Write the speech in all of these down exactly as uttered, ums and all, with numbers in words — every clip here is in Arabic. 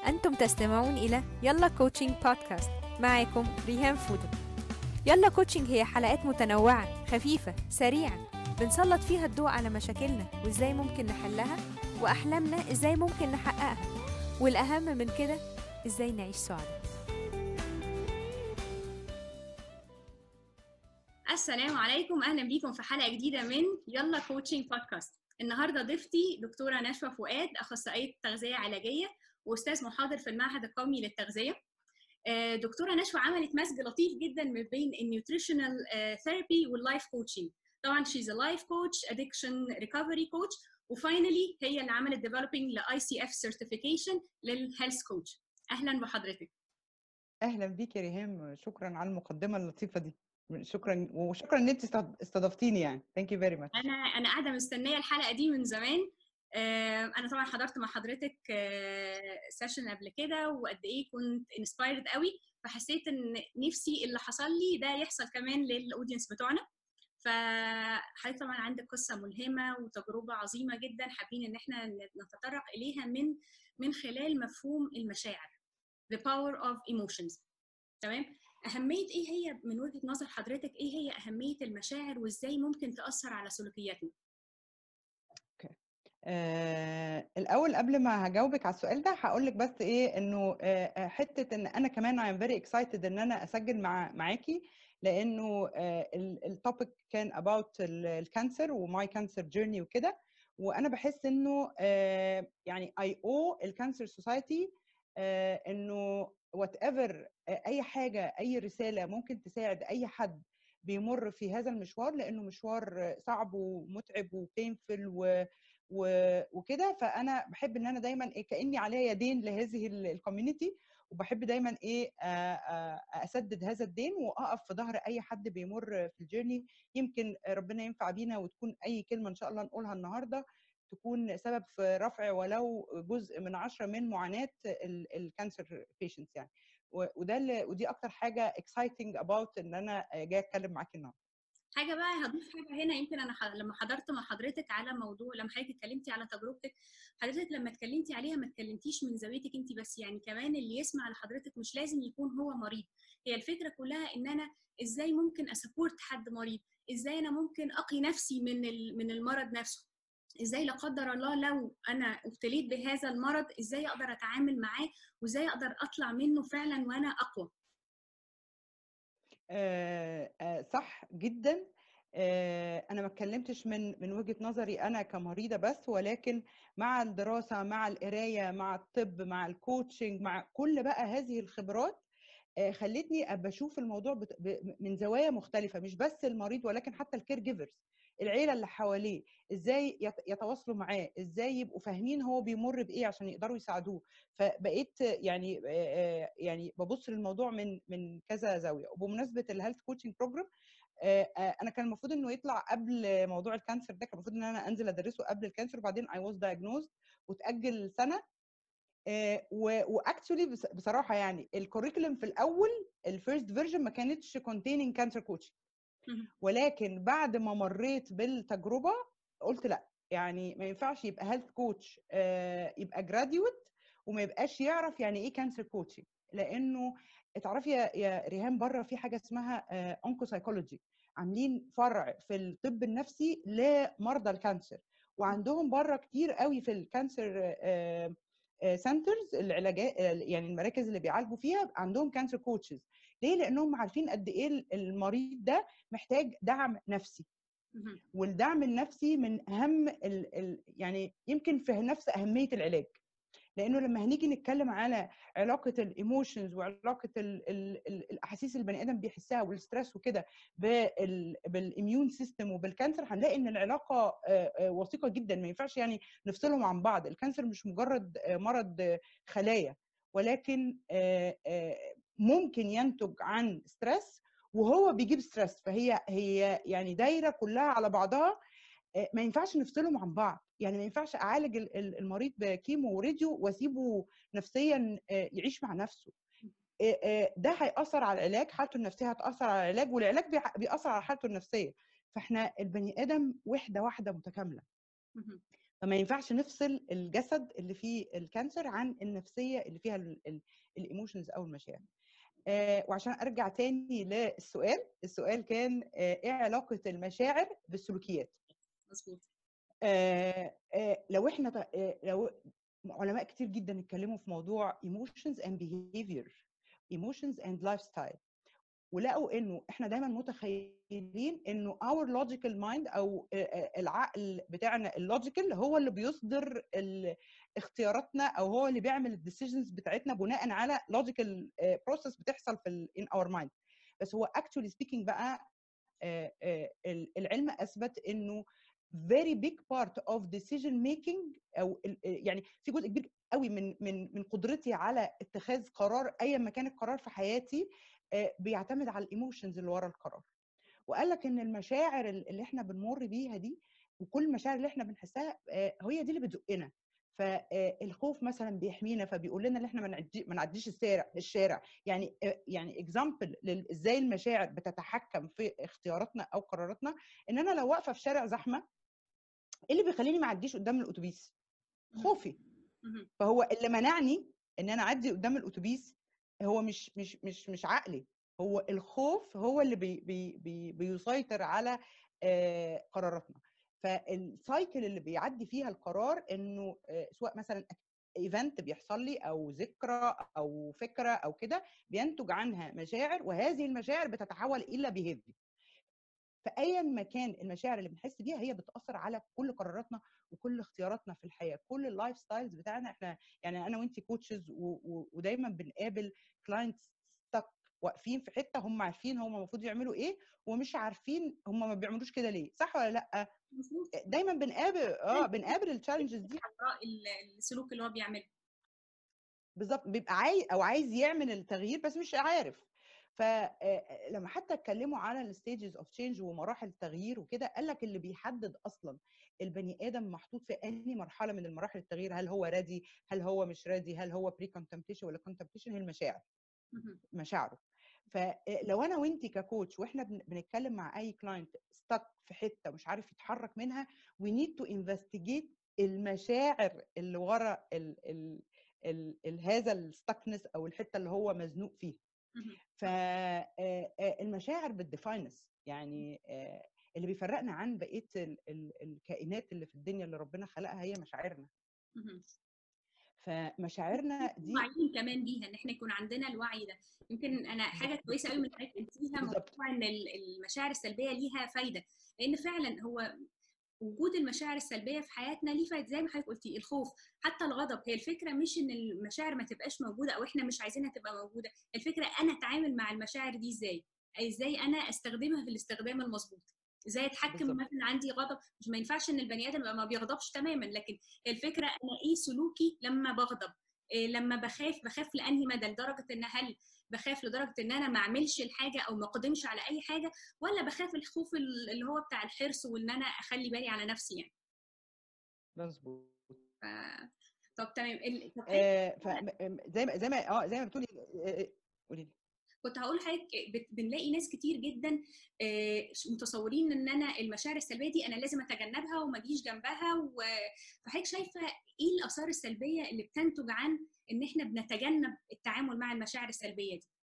أنتم تستمعون إلى يلا كوتشنج بودكاست. معكم ريهام فودة. يلا كوتشنج هي حلقات متنوعة خفيفة سريعة بنسلط فيها الضوء على مشاكلنا وإزاي ممكن نحلها، وأحلامنا إزاي ممكن نحققها، والأهم من كده إزاي نعيش سعادة. السلام عليكم، اهلا بيكم في حلقه جديده من يلا كوتشنج بودكاست. النهارده ضيفتي دكتوره نشوى فؤاد، اخصائيه تغذيه علاجيه واستاذ محاضر في المعهد القومي للتغذيه. دكتوره نشوى عملت مزج لطيف جدا ما بين النيوتريشنال ثيرابي واللايف كوتشنج. طبعا شيز ا لايف كوتش، ادكشن ريكفري كوتش، وفاينلي هي اللي عملت ديفلوبينج لاي سي اف سيرتيفيكيشن للهيلث كوتش. اهلا بحضرتك. اهلا بيك يا ريهام، شكرا على المقدمه اللطيفه دي. شكرا وشكرا ان انت استضفتيني يعني. ثانك يو فيري ماتش. انا انا قاعده مستنيه الحلقه دي من زمان. انا طبعا حضرت مع حضرتك سيشن قبل كده، وقد ايه كنت انسبايرد قوي، فحسيت ان نفسي اللي حصل لي ده يحصل كمان للاودينس بتوعنا. فحضرتك طبعا عندك قصه ملهمه وتجربه عظيمه جدا، حابين ان احنا نتطرق اليها من من خلال مفهوم المشاعر the power of emotions. تمام. أهمية إيه هي من وجهة نظر حضرتك، إيه هي أهمية المشاعر وإزاي ممكن تأثر على سلوكياتنا؟ اوكي. آه، الأول قبل ما هجاوبك على السؤال ده هقول لك بس إيه إنه آه حتة إن أنا كمان I'm very excited إن أنا أسجل مع معاكي، لأنه آه التوبيك كان about الكانسر وماي كانسر جيرني وكده، وأنا بحس إنه آه يعني I owe الكانسر سوسايتي آه إنه whatever آه أي حاجة، أي رسالة ممكن تساعد أي حد بيمر في هذا المشوار، لأنه مشوار صعب ومتعب وبينفل و وكده. فانا بحب ان انا دايما إيه كاني عليا يدين لهذه الكوميونتي، وبحب دايما ايه اسدد هذا الدين واقف في ظهر اي حد بيمر في الجيرني. يمكن ربنا ينفع بينا وتكون اي كلمه ان شاء الله نقولها النهارده تكون سبب في رفع ولو جزء من عشرة من معاناه الكانسر بيشنتس يعني. وده ودي اكتر حاجه اكسايتنج اباوت ان انا جاي اتكلم معاكي النهارده. حاجه بقى هضيف حاجه هنا. يمكن انا ح... لما حضرت مع حضرتك على موضوع، لما حضرتك اتكلمتي على تجربتك، حضرتك لما اتكلمتي عليها ما اتكلمتيش من زاويتك انت بس، يعني كمان اللي يسمع لحضرتك مش لازم يكون هو مريض. هي الفكره كلها ان انا ازاي ممكن اسبورت حد مريض، ازاي انا ممكن اقي نفسي من من المرض نفسه، ازاي لا قدر الله لو انا ابتليت بهذا المرض ازاي اقدر اتعامل معاه، وازاي اقدر اطلع منه فعلا وانا اقوى. آه آه صح جدا. آه انا ما اتكلمتش من من وجهة نظري انا كمريضة بس، ولكن مع الدراسة، مع القراية، مع الطب، مع الكوتشنج، مع كل بقى هذه الخبرات آه خلتني ابقى اشوف الموضوع من زوايا مختلفة، مش بس المريض ولكن حتى الكير جيفرز، العيلة اللي حواليه، ازاي يتواصلوا معاه، ازاي يبقوا فاهمين هو بيمر بايه عشان يقدروا يساعدوه. فبقيت يعني يعني ببص للموضوع من من كذا زاويه. وبمناسبه الهيلث كوتشنج بروجرام، انا كان المفروض انه يطلع قبل موضوع الكانسر ده، كان المفروض ان انا انزل ادرسه قبل الكانسر، وبعدين اي واز دايجنوزد وتاجل سنه. واكشولي بصراحه يعني الكوريكولم في الاول الفيرست فيرجن ما كانتش كونتيننج كانسر كوتشنج، ولكن بعد ما مريت بالتجربه قلت لا، يعني ما ينفعش يبقى هيلث كوتش يبقى جراديويت وما يبقاش يعرف يعني ايه كانسر كوتشنج. لانه تعرفي يا ريهام بره في حاجه اسمها اونكو سايكولوجي، عاملين فرع في الطب النفسي لمرضى الكانسر، وعندهم بره كتير قوي في الكانسر سنترز العلاجات، يعني المراكز اللي بيعالجوا فيها عندهم كانسر كوتشز. ليه؟ لانهم عارفين قد ايه المريض ده محتاج دعم نفسي، والدعم النفسي من اهم ال ال يعني يمكن في نفس اهميه العلاج. لانه لما هنيجي نتكلم على علاقه الايموشنز وعلاقه ال ال ال الاحاسيس اللي البني ادم بيحسها والستريس وكده بالاميون سيستم وبالكانسر، هنلاقي ان العلاقه وثيقه جدا، ما ينفعش يعني نفصلهم عن بعض. الكانسر مش مجرد مرض خلايا، ولكن ممكن ينتج عن ستريس وهو بيجيب ستريس، فهي هي يعني دايره كلها على بعضها، ما ينفعش نفصلهم عن بعض. يعني ما ينفعش اعالج المريض بكيمو وراديو واسيبه نفسيا يعيش مع نفسه. ده هيأثر على العلاج، حالته النفسيه هتأثر على العلاج، والعلاج بيأثر على حالته النفسيه. فاحنا البني ادم وحده واحده متكامله. فما ينفعش نفصل الجسد اللي فيه الكانسر عن النفسيه اللي فيها الايموشنز او المشاعر. آه وعشان ارجع تاني للسؤال، السؤال كان آه ايه علاقه المشاعر بالسلوكيات؟ مظبوط. آه آه لو احنا آه لو علماء كتير جدا اتكلموا في موضوع emotions and behavior emotions and lifestyle، ولقوا انه احنا دايما متخيلين انه our logical mind او العقل بتاعنا اللوجيكال هو اللي بيصدر اختياراتنا او هو اللي بيعمل الديسيجنز بتاعتنا بناء على logical process بتحصل في in our mind. بس هو actually speaking بقى العلم اثبت انه very big part of decision making او يعني في جزء كبير قوي من من من قدرتي على اتخاذ قرار ايا ما كان القرار في حياتي بيعتمد على الايموشنز اللي ورا القرار. وقال لك ان المشاعر اللي احنا بنمر بيها دي وكل المشاعر اللي احنا بنحسها هي دي اللي بتزقنا. فالخوف مثلا بيحمينا فبيقول لنا ان احنا ما نعديش الشارع الشارع يعني يعني اكزامبل ازاي المشاعر بتتحكم في اختياراتنا او قراراتنا. ان انا لو واقفه في شارع زحمه ايه اللي بيخليني ما اعديش قدام الاتوبيس؟ خوفي. فهو اللي منعني ان انا اعدي قدام الاتوبيس هو مش مش مش مش عقلي، هو الخوف هو اللي بي بي بي بيسيطر على آه قراراتنا. فالسايكل اللي بيعدي فيها القرار انه آه سواء مثلا ايفنت بيحصل لي او ذكرى او فكره او كده بينتج عنها مشاعر، وهذه المشاعر بتتحول الى بيهيفير. فايا ما كان المشاعر اللي بنحس بيها هي بتاثر على كل قراراتنا وكل اختياراتنا في الحياه، كل اللايف ستايلز بتاعنا. احنا يعني انا وانتي كوتشز ودايما بنقابل كلاينتس ستك واقفين في حته هم عارفين هم المفروض يعملوا ايه ومش عارفين هم ما بيعملوش كده ليه، صح ولا لا؟ دايما بنقابل اه بنقابل التشالنجز دي، السلوك اللي هو بيعمله بالظبط، بيبقى عايز او عايز يعمل التغيير بس مش عارف. فلما حتى اتكلموا على الستيجز اوف تشينج ومراحل التغيير وكده، قال لك اللي بيحدد اصلا البني ادم محطوط في انهي مرحله من المراحل التغيير، هل هو رادي، هل هو مش رادي، هل هو بري كونتمبليشن ولا كونتمبليشن، هي المشاعر، مشاعره. فلو انا وانتي ككوتش واحنا بنتكلم مع اي كلاينت ستك في حته مش عارف يتحرك منها، وي نيد تو انفستيجيت المشاعر اللي ورا ال ال ال ال هذا الستكنس او الحته اللي هو مزنوق فيها. فالمشاعر بتديفاينس، يعني اللي بيفرقنا عن بقيه ال ال الكائنات اللي في الدنيا اللي ربنا خلقها هي مشاعرنا. فمشاعرنا دي واعيين كمان بيها، ان احنا يكون عندنا الوعي ده. يمكن انا حاجه كويسه قوي من حضرتك قلتيها، موضوع ان المشاعر السلبيه ليها فايده، لان فعلا هو وجود المشاعر السلبيه في حياتنا ليه فايده. زي ما حضرتك قلتي، الخوف، حتى الغضب، هي الفكره مش ان المشاعر ما تبقاش موجوده او احنا مش عايزينها تبقى موجوده، الفكره انا اتعامل مع المشاعر دي ازاي، ازاي انا استخدمها في الاستخدام المظبوط، ازاي اتحكم. مثلا عندي غضب، مش ما ينفعش ان البني ادم ما بيغضبش تماما، لكن الفكره انا ايه سلوكي لما بغضب، إيه لما بخاف، بخاف لانهي مدى، لدرجه ان هل بخاف لدرجه ان انا ما اعملش الحاجه او ما اقدمش على اي حاجه، ولا بخاف الخوف اللي هو بتاع الحرص وان انا اخلي بالي على نفسي يعني. مظبوط. ف... طب تمام. ال... آه ف... زي ما زي ما اه زي ما بتقولي، قولي لي. كنت هقول لحضرتك بنلاقي ناس كتير جدا متصورين ان انا المشاعر السلبيه دي انا لازم اتجنبها وما اجيش جنبها، فحضرتك شايفه ايه الاثار السلبيه اللي بتنتج عن ان احنا بنتجنب التعامل مع المشاعر السلبيه دي؟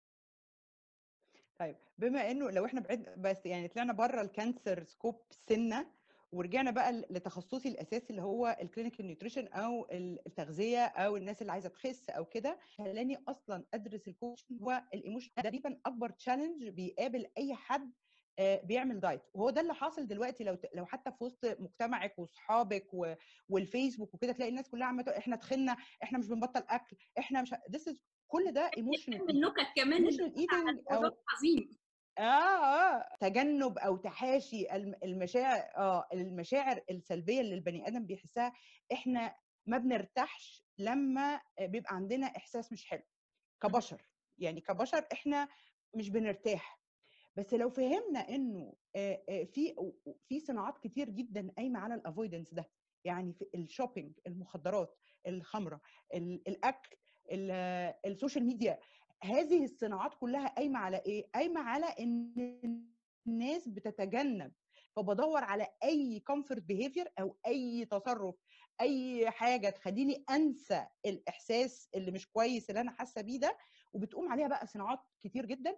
طيب بما انه لو احنا بعد بس يعني طلعنا بره الكانسر سكوب سنه ورجعنا بقى لتخصصي الاساسي اللي هو الكلينيكال نيوتريشن او التغذيه او الناس اللي عايزه تخس او كده، خلاني اصلا ادرس الكوتشنج. هو الايموشن تقريبا اكبر تشالنج بيقابل اي حد بيعمل دايت، وهو ده اللي حاصل دلوقتي. لو لو حتى في وسط مجتمعك واصحابك والفيسبوك وكده تلاقي الناس كلها عماله احنا تخنا، احنا مش بنبطل اكل، احنا مش this is كل ده ايموشنال ايتنج. النكت كمان ايموشنال ايتنج او عظيم. اه اه تجنب او تحاشي المشاعر اه المشاعر السلبيه اللي البني ادم بيحسها. احنا ما بنرتاحش لما بيبقى عندنا احساس مش حلو كبشر، يعني كبشر احنا مش بنرتاح. بس لو فهمنا انه في في صناعات كتير جدا قايمه على الافويدنس ده، يعني في الشوبينج، المخدرات، الخمره، الاكل، السوشيال ميديا، هذه الصناعات كلها قايمه على ايه؟ قايمه على ان الناس بتتجنب، فبدور على اي كومفورت بيهيفير او اي تصرف اي حاجه تخليني انسى الاحساس اللي مش كويس اللي انا حاسه بيه ده، وبتقوم عليها بقى صناعات كتير جدا.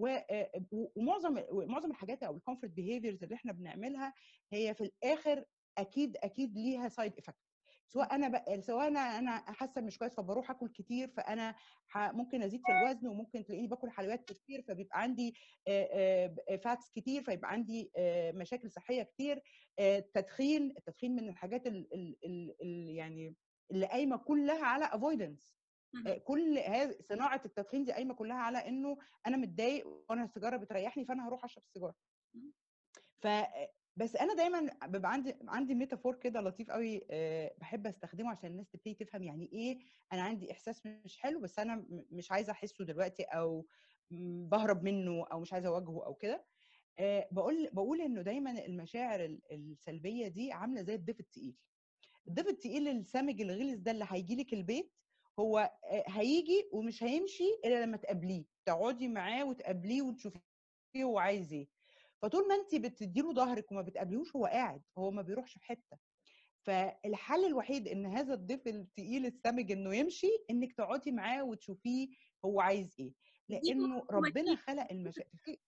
ومعظم معظم الحاجات او الكومفورت بيهيفيرز اللي احنا بنعملها هي في الاخر اكيد اكيد ليها سايد افكت. سواء انا بقى سواء انا انا حاسه مش كويس فبروح اكل كتير، فانا ممكن ازيد في الوزن، وممكن تلاقيني باكل حلويات كتير فبيبقى عندي فاتس كتير، فيبقى عندي مشاكل صحيه كتير. التدخين التدخين من الحاجات ال ال ال ال يعني اللي قايمه كلها على افويدنس. كل هذه صناعه التدخين دي قايمه كلها على انه انا متضايق وانا السيجاره بتريحني فانا هروح اشرب السيجاره. ف بس انا دايما بيبقى عندي عندي ميتافور كده لطيف قوي، بحب استخدمه عشان الناس تبتدي تفهم يعني ايه انا عندي احساس مش حلو بس انا مش عايزه احسه دلوقتي، او بهرب منه، او مش عايزه اواجهه او كده. بقول بقول انه دايما المشاعر السلبيه دي عامله زي الضيف التقيل. الضيف التقيل السامج الغلس ده اللي هيجي لك البيت، هو هيجي ومش هيمشي الا لما تقابليه، تقعدي معاه وتقابليه وتشوفيه هو عايز ايه. فطول ما انت بتديله ظهرك وما بتقابليهوش هو قاعد، هو ما بيروحش في حته. فالحل الوحيد ان هذا الضيف التقيل السامج انه يمشي، انك تقعدي معاه وتشوفيه هو عايز ايه، لانه ربنا خلق المشاعر.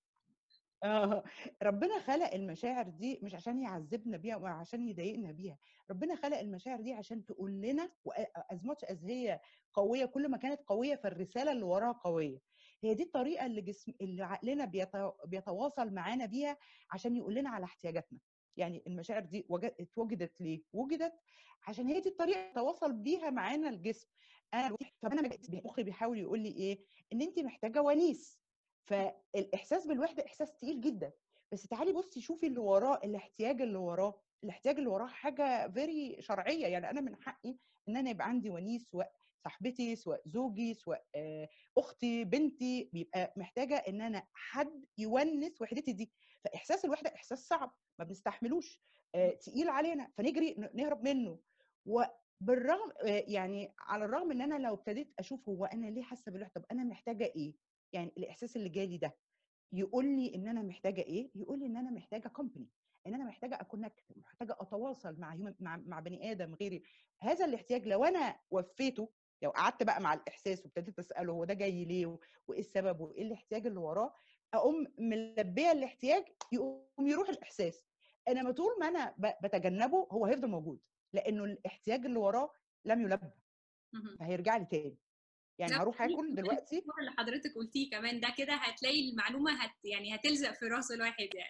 اه ربنا خلق المشاعر دي مش عشان يعذبنا بيها وعشان يضايقنا بيها، ربنا خلق المشاعر دي عشان تقول لنا از ماتش از هي قويه، كل ما كانت قويه فالرساله اللي وراها قويه. هي دي الطريقه اللي جسم اللي عقلنا بيتواصل معانا بيها عشان يقول لنا على احتياجاتنا. يعني المشاعر دي اتوجدت ليه؟ وجدت عشان هي دي الطريقه اللي تواصل بيها معانا الجسم. انا فانا مخي بيحاول يقول لي ايه؟ ان انت محتاجه ونيس. فالاحساس بالوحده احساس تقيل جدا، بس تعالي بصي شوفي اللي وراه، الاحتياج اللي وراه الاحتياج اللي وراه حاجه فيري شرعيه. يعني انا من حقي ان انا يبقى عندي ونيس، سواء صاحبتي سواء زوجي سواء اختي بنتي، بيبقى محتاجه ان انا حد يونس وحدتي دي. فاحساس الوحده احساس صعب ما بنستحملوش، تقيل علينا فنجري نهرب منه. وبالرغم يعني على الرغم ان انا لو ابتديت اشوف هو انا ليه حاسه بالوحده، طب انا محتاجه ايه، يعني الاحساس اللي جالي ده يقول لي ان انا محتاجه ايه، يقول لي ان انا محتاجه كومباني، ان انا محتاجه اكونكت، محتاجه اتواصل مع مع مع بني ادم غيري. هذا الاحتياج لو انا وفيته، لو قعدت بقى مع الاحساس وابتديت اساله هو ده جاي ليه وايه السبب وايه الاحتياج اللي وراه، اقوم ملبيه الاحتياج يقوم يروح الاحساس. انما طول ما انا بتجنبه هو هيفضل موجود، لانه الاحتياج اللي وراه لم يلبى، فهيرجع لي تاني. يعني هروح اكل دلوقتي اللي حضرتك قلتيه كمان ده كده هتلاقي المعلومه هت يعني هتلزق في راس الواحد يعني.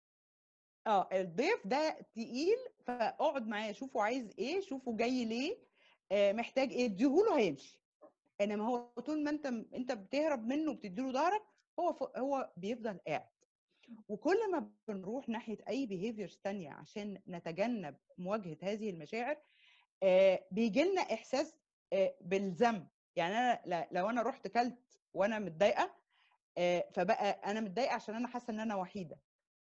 اه الضيف ده تقيل، فاقعد معاه شوفوا عايز ايه، شوفوا جاي ليه، آه محتاج ايه، اديهوله هيمشي. انما هو طول ما انت انت بتهرب منه وبتديله ظهرك هو هو بيفضل قاعد. وكل ما بنروح ناحيه اي بيهيفيرز ثانيه عشان نتجنب مواجهه هذه المشاعر، آه بيجي لنا احساس آه بالذنب. يعني انا لو انا رحت كلت وانا متضايقه، آه فبقى انا متضايقه عشان انا حاسه ان انا وحيده،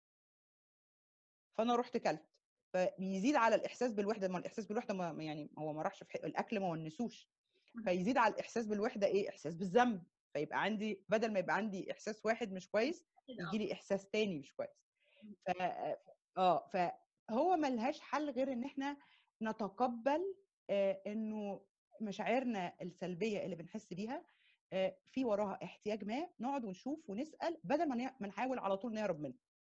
فانا رحت كلت، فبيزيد على الاحساس بالوحده. ما الاحساس بالوحده ما يعني هو ما راحش في حق. الاكل ما ونسوش، فيزيد على الاحساس بالوحده ايه، احساس بالذنب. فيبقى عندي بدل ما يبقى عندي احساس واحد مش كويس يجي لي احساس تاني مش كويس. ف اه فهو ملهاش حل غير ان احنا نتقبل آه انه مشاعرنا السلبيه اللي بنحس بيها آه في وراها احتياج ما، نقعد ونشوف ونسال بدل ما نحاول على طول نهرب منه.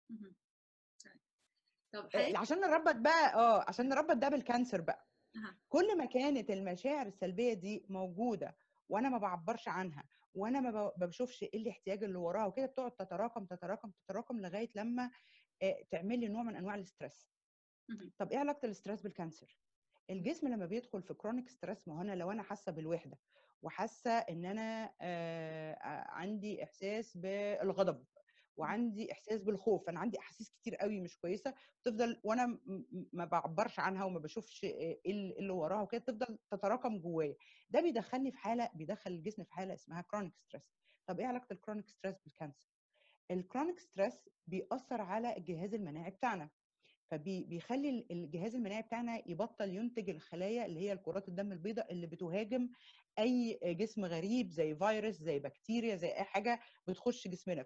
طب عشان نربط بقى اه عشان نربط ده بالكانسر بقى. أه. كل ما كانت المشاعر السلبيه دي موجوده وانا ما بعبرش عنها، وانا ما بشوفش ايه الاحتياج اللي وراها وكده، بتقعد تتراكم تتراكم تتراكم لغايه لما تعمل لي نوع من انواع الاسترس. طب ايه علاقه الاسترس بالكانسر؟ الجسم لما بيدخل في كرونيك ستريس، ما هو انا لو انا حاسه بالوحده وحاسه ان انا آه عندي احساس بالغضب وعندي احساس بالخوف، انا عندي احاسيس كتير قوي مش كويسه تفضل وانا ما بعبرش عنها وما بشوفش ايه اللي وراها وكده، تفضل تتراكم جوايا. ده بيدخلني في حاله بيدخل الجسم في حاله اسمها كرونيك ستريس. طب ايه علاقه الكرونيك ستريس بالكانسر؟ الكرونيك ستريس بيأثر على الجهاز المناعي بتاعنا، فبيخلي الجهاز المناعي بتاعنا يبطل ينتج الخلايا اللي هي الكرات الدم البيضاء اللي بتهاجم اي جسم غريب زي فيروس زي بكتيريا زي اي حاجه بتخش جسمنا،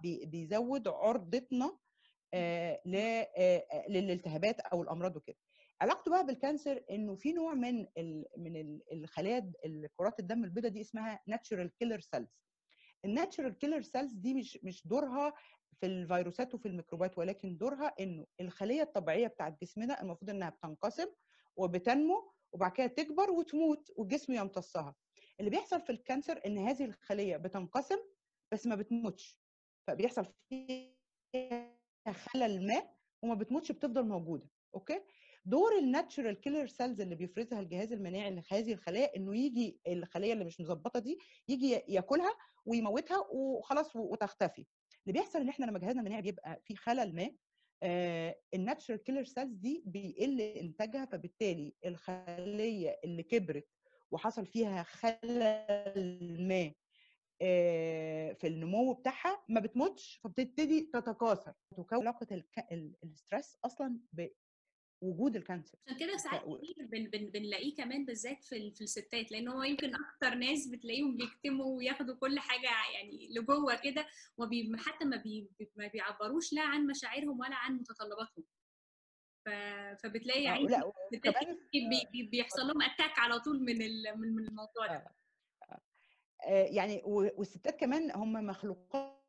فبيزود عرضتنا آه للالتهابات او الامراض وكده. علاقته بقى بالكانسر انه في نوع من ال من الخلايا الكرات الدم البيضاء دي اسمها ناتشورال كيلر سيلز. الناتشورال كيلر سيلز دي مش مش دورها في الفيروسات وفي الميكروبات، ولكن دورها انه الخليه الطبيعيه بتاعت جسمنا المفروض انها بتنقسم وبتنمو وبعد كده تكبر وتموت والجسم يمتصها. اللي بيحصل في الكانسر ان هذه الخليه بتنقسم بس ما بتموتش، فبيحصل فيها خلل ما وما بتموتش، بتفضل موجوده. اوكي، دور الناتشورال كيلر سيلز اللي بيفرزها الجهاز المناعي لهذه الخلايا انه يجي الخليه اللي مش مظبطه دي يجي ياكلها ويموتها وخلاص وتختفي. اللي بيحصل ان احنا لما جهازنا المناعي بيبقى في خلل ما، آه الناتشورال كيلر سيلز دي بيقل انتاجها، فبالتالي الخليه اللي كبرت وحصل فيها خلل ما آه في النمو بتاعها ما بتموتش، فبتبتدي تتكاثر. تكون علاقه الستريس اصلا وجود الكانسر. عشان كده ساعات كتير بن بن بنلاقيه كمان بالذات في في الستات، لان هو يمكن اكتر ناس بتلاقيهم بيكتموا وياخدوا كل حاجه يعني لجوه كده، وحتى ما بي ما بيعبروش لا عن مشاعرهم ولا عن متطلباتهم. فبتلاقي يعني لا الستات بي بي بيحصل لهم اتاك على طول من من الموضوع ده. يعني والستات كمان هم مخلوقات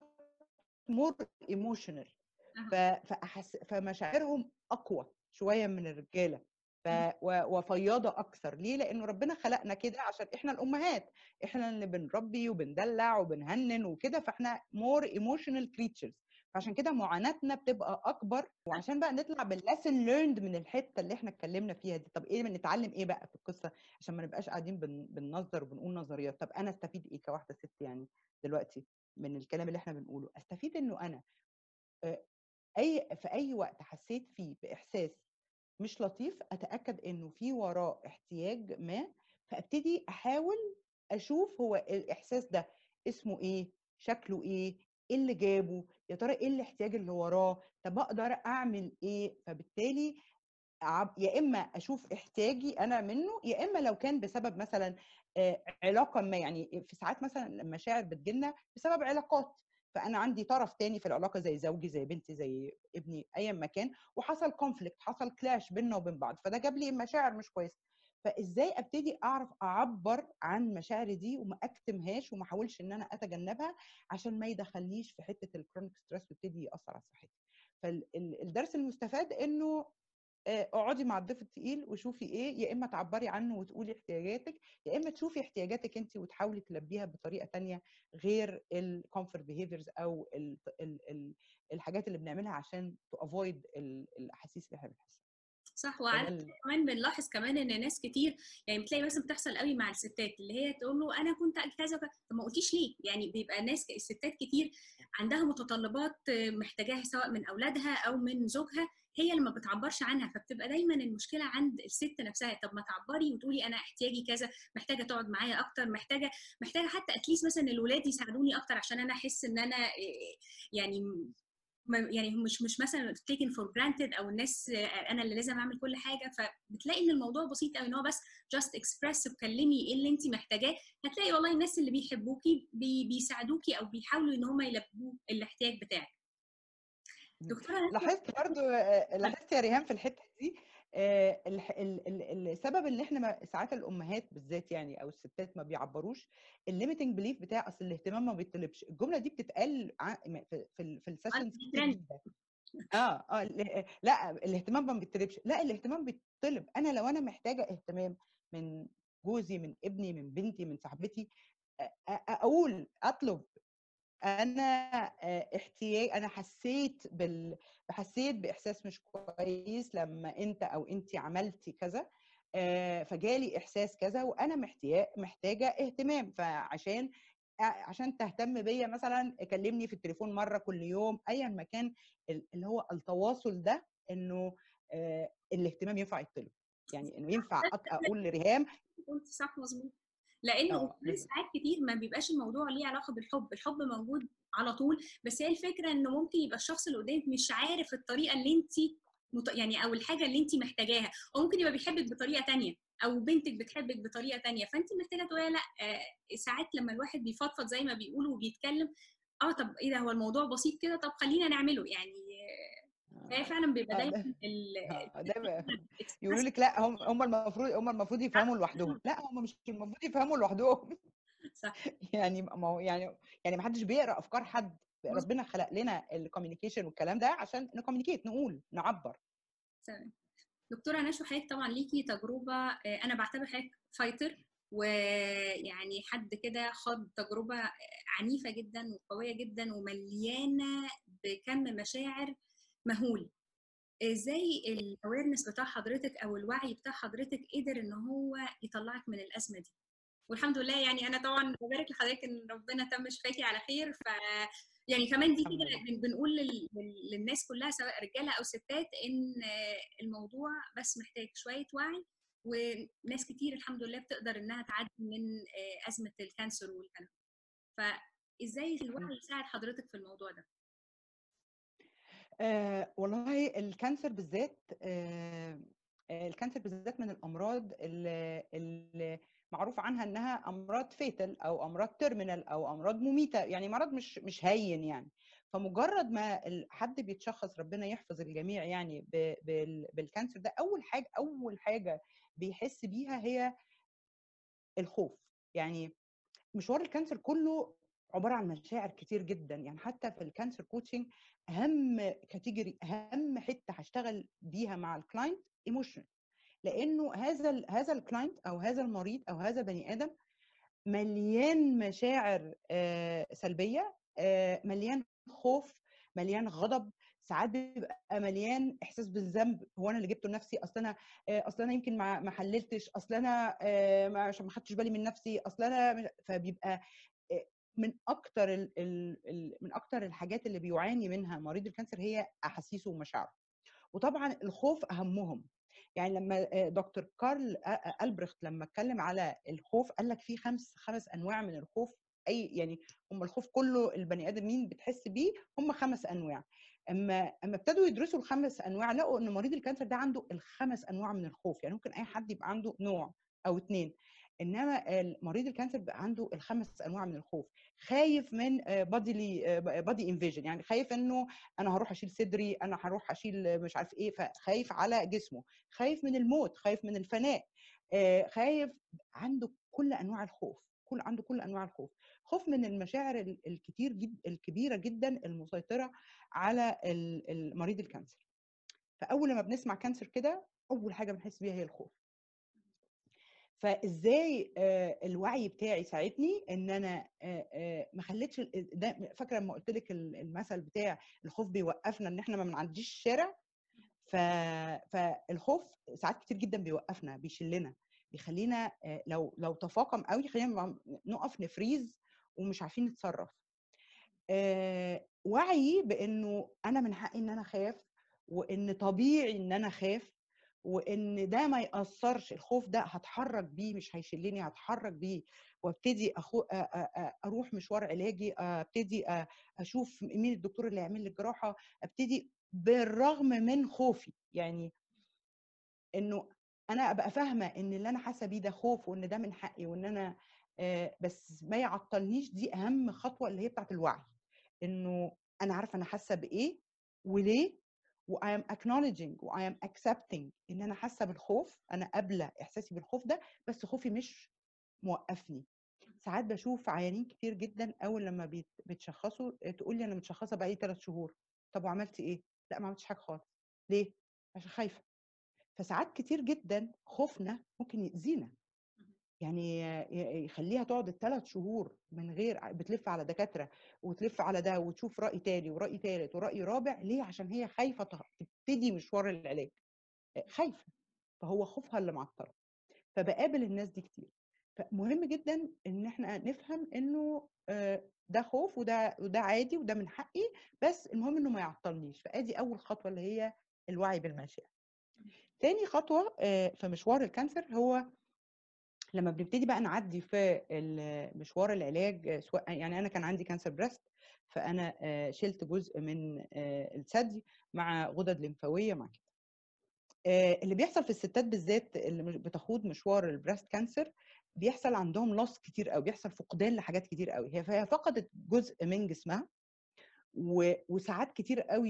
مور ايموشنال، فاحس فمشاعرهم اقوى شويه من الرجاله، ف وفياضه اكثر. ليه؟ لانه ربنا خلقنا كده عشان احنا الامهات، احنا اللي بنربي وبندلع وبنهنن وكده، فاحنا مور ايموشنال كريتشرز، فعشان كده معاناتنا بتبقى اكبر. وعشان بقى نطلع بالليسن ليرند من الحته اللي احنا اتكلمنا فيها دي، طب ايه بنتعلم ايه بقى في القصه عشان ما نبقاش قاعدين بن... بننظر وبنقول نظريات؟ طب انا استفيد ايه كواحده ست يعني دلوقتي من الكلام اللي احنا بنقوله؟ استفيد انه انا اي في اي وقت حسيت فيه باحساس مش لطيف اتاكد انه في وراه احتياج ما، فابتدي احاول اشوف هو الاحساس ده اسمه ايه، شكله ايه، ايه اللي جابه، يا ترى ايه الاحتياج اللي وراه، طب اقدر اعمل ايه. فبالتالي يا اما اشوف احتياجي انا منه، يا اما لو كان بسبب مثلا علاقه ما، يعني في ساعات مثلا المشاعر بتجيلنا بسبب علاقات، فانا عندي طرف تاني في العلاقه زي زوجي زي بنتي زي ابني ايا ما كان، وحصل كونفليكت، حصل كلاش بيننا وبين بعض، فده جاب لي مشاعر مش كويسه. فازاي ابتدي اعرف اعبر عن مشاعري دي وما اكتمهاش وما احاولش ان انا اتجنبها عشان ما يدخلنيش في حته الكرونيك ستريس ويبتدي ياثر على صحتي. فالدرس المستفاد انه اقعدي مع الضيف الثقيل وشوفي ايه، يا اما تعبري عنه وتقولي احتياجاتك، يا اما تشوفي احتياجاتك انت وتحاولي تلبيها بطريقه ثانيه غير الكومفورت بيهيفيرز او ال ال ال الحاجات اللي بنعملها عشان تو افويد الاحاسيس اللي احنا بنحسها. صح. وعلى كمان بنلاحظ كمان ان ناس كتير يعني بتلاقي مثلا بتحصل قوي مع الستات اللي هي تقول له انا كنت كذا، طب ما قلتيش ليه؟ يعني بيبقى ناس الستات كتير عندها متطلبات محتاجاها سواء من اولادها او من زوجها، هي اللي ما بتعبرش عنها، فبتبقى دايما المشكله عند الست نفسها. طب ما تعبري وتقولي انا احتياجي كذا، محتاجه تقعد معايا اكتر، محتاجه محتاجه حتى اتليست مثلا الولاد يساعدوني اكتر عشان انا احس ان انا يعني يعني مش مش مثلا taken for granted او الناس انا اللي لازم اعمل كل حاجه. فبتلاقي ان الموضوع بسيط قوي، ان هو بس just express وكلمي ايه اللي انت محتاجاه، هتلاقي والله الناس اللي بيحبوكي بي بيساعدوكي او بيحاولوا ان هم يلبوا الاحتياج بتاعك. دكتوره لاحظت برضو لاحظت يا ريهام في الحته دي السبب ان احنا ساعات الامهات بالذات يعني او الستات ما بيعبروش الليميتنج بليف بتاع اصل الاهتمام ما بيطلبش. الجمله دي بتتقال في في, في السيشنز كتير جدا. اه اه لا الاهتمام ما بيطلبش، لا الاهتمام بيطلب. انا لو انا محتاجه اهتمام من جوزي من ابني من بنتي من صاحبتي اقول اطلب انا احتياج، انا حسيت بال حسيت باحساس مش كويس لما انت او انت عملتي كذا، فجالي احساس كذا وانا محتاج محتاجه اهتمام، فعشان عشان تهتم بيا مثلا كلمني في التليفون مره كل يوم ايا ما كان اللي هو التواصل ده، انه الاهتمام ينفع يطلب، يعني انه ينفع اقول لريهام قلت صح مظبوط. لانه ساعات كتير ما بيبقاش الموضوع ليه علاقه بالحب، الحب موجود على طول، بس هي الفكره انه ممكن يبقى الشخص اللي قدامك مش عارف الطريقه اللي انت مت... يعني او الحاجه اللي انت محتاجاها، او ممكن يبقى بيحبك بطريقه ثانيه او بنتك بتحبك بطريقه ثانيه، فانت محتاجه تقولي لا. آه ساعات لما الواحد بيفضفض زي ما بيقولوا وبيتكلم، اه طب ايه ده، هو الموضوع بسيط كده، طب خلينا نعمله يعني. هي فعلا بيبقى آه، دايما ده ال آه، ده بقى- يقولوا الاكسبرس. لك لا، هم هم المفروض هم المفروض يفهموا لوحدهم. لا، هم مش المفروض يفهموا لوحدهم. صح، يعني ما هو يعني يعني ما حدش بيقرا افكار حد. مظبوط. ربنا خلق لنا الكوميونيكيشن والكلام ده عشان نكوميونيكيت، نقول، نعبر. تمام. دكتوره نشوى، حضرتك طبعا ليكي تجربه، آه، انا بعتبر حضرتك فايتر، ويعني حد كده خاض تجربه عنيفه جدا وقويه جدا ومليانه بكم مشاعر مهول. ازاي الاويرنس بتاع حضرتك او الوعي بتاع حضرتك قدر ان هو يطلعك من الازمه دي؟ والحمد لله، يعني انا طبعا ببارك لحضرتك ان ربنا تم شفاكي على خير. ف يعني كمان دي الحمد لله. كده بن- بنقول لل- لل- للناس كلها سواء رجاله او ستات ان آه، الموضوع بس محتاج شويه وعي، وناس كتير الحمد لله بتقدر انها تعدي من آه، ازمه الكانسر والكلام. فازاي الحمد الوعي يساعد حضرتك في الموضوع ده؟ آه والله الكانسر بالذات، آه آه، الكانسر بالذات من الامراض اللي, اللي معروف عنها انها امراض فيتال او امراض تيرمينال او امراض مميته، يعني مرض مش مش هين يعني. فمجرد ما ال- حد بيتشخص، ربنا يحفظ الجميع يعني ب- بال- بالكانسر ده، اول حاجه اول حاجه بيحس بيها هي الخوف. يعني مشوار الكانسر كله عباره عن مشاعر كتير جدا. يعني حتى في الكانسر كوتشنج، اهم كاتيجوري، اهم حته هشتغل بيها مع الكلاينت ايموشن. لانه هذا ال هذا الكلاينت او هذا المريض او هذا البني ادم مليان مشاعر آه، سلبيه، آه، مليان خوف، مليان غضب، ساعات بيبقى مليان احساس بالذنب. هو انا اللي جبته لنفسي، اصل انا آه، اصل انا يمكن ما ما حللتش، اصل انا آه، ما عشان ما خدتش بالي من نفسي، اصل انا مش- فبيبقى آه، من اكتر ال ال ال من اكتر الحاجات اللي بيعاني منها مريض الكانسر هي احاسيسه ومشاعره. وطبعا الخوف اهمهم. يعني لما آه، دكتور كارل آه، آه، ألبرخت لما اتكلم على الخوف، قال لك في خمس خمس انواع من الخوف. اي يعني هم الخوف كله البني ادم مين بتحس بيه، هم خمس انواع. اما اما ابتدوا يدرسوا الخمس انواع، لقوا ان مريض الكانسر ده عنده الخمس انواع من الخوف. يعني ممكن اي حد يبقى عنده نوع او اتنين، انما مريض الكانسر بقى عنده الخمس انواع من الخوف. خايف من بادي بادي انفيجن، يعني خايف انه انا هروح اشيل صدري، انا هروح اشيل مش عارف ايه، فخايف على جسمه. خايف من الموت، خايف من الفناء، آه، خايف. عنده كل انواع الخوف، كل عنده كل انواع الخوف. خوف من المشاعر ال- الكتير جد الكبيره جدا المسيطره على ال- المريض الكانسر. فاول ما بنسمع كانسر كده، اول حاجه بنحس بيها هي الخوف. فازاي آه، الوعي بتاعي ساعدني ان انا آه، آه، ما خليتش ال- ده. فاكره لما قلت لك ال- المثل بتاع الخوف بيوقفنا ان احنا ما بنعديش الشارع. ف... فالخوف ساعات كتير جدا بيوقفنا، بيشلنا، بيخلينا آه، لو لو تفاقم قوي خلينا نقف نفريز ومش عارفين نتصرف. آه، وعي بانه انا من حقي ان انا اخاف، وان طبيعي ان انا اخاف، وان ده ما ياثرش. الخوف ده هتحرك بيه، مش هيشلني، هتحرك بيه وابتدي أخو... أ- أ- أ- اروح مشوار علاجي، ابتدي أ- اشوف مين الدكتور اللي هيعمل لي الجراحه، ابتدي بالرغم من خوفي. يعني انه انا ابقى فاهمه ان اللي انا حاسه بيه ده خوف، وان ده من حقي، وان انا آه، بس ما يعطلنيش. دي اهم خطوه اللي هي بتاعت الوعي، انه انا عارفه انا حاسه بايه وليه، و I am acknowledging و I am accepting ان انا حاسه بالخوف، انا قابله احساسي بالخوف ده، بس خوفي مش موقفني. ساعات بشوف عيانين كتير جدا اول لما بيت- بيتشخصوا تقول لي انا متشخصه بقالي ثلاث شهور. طب وعملتي ايه؟ لا، ما عملتش حاجه خالص. ليه؟ عشان خايفه. فساعات كتير جدا خوفنا ممكن يأذينا، يعني ي- يخليها تقعد الثلاث شهور من غير، بتلف على دكاتره وتلف على ده وتشوف رأي تاني ورأي تالت ورأي رابع. ليه؟ عشان هي خايفه ت- تبتدي مشوار العلاج، خايفه. فهو خوفها اللي معطله. فبقابل الناس دي كتير. فمهم جدا ان احنا نفهم انه آه، ده خوف، وده وده عادي، وده من حقي، بس المهم انه ما يعطلنيش. فادي اول خطوه اللي هي الوعي بالمشاعر. تاني خطوه آه، في مشوار الكانسر هو لما بنبتدي بقى نعدي في ال- مشوار العلاج. آه، سواء يعني انا كان عندي كانسر بريست، فانا آه، شلت جزء من آه، الثدي مع غدد لمفاويه مع كده. آه، اللي بيحصل في الستات بالذات اللي مش- بتخوض مشوار البريست كانسر، بيحصل عندهم لوس كتير قوي، بيحصل فقدان لحاجات كتير قوي. هي فهي فقدت جزء من جسمها، و- وساعات كتير قوي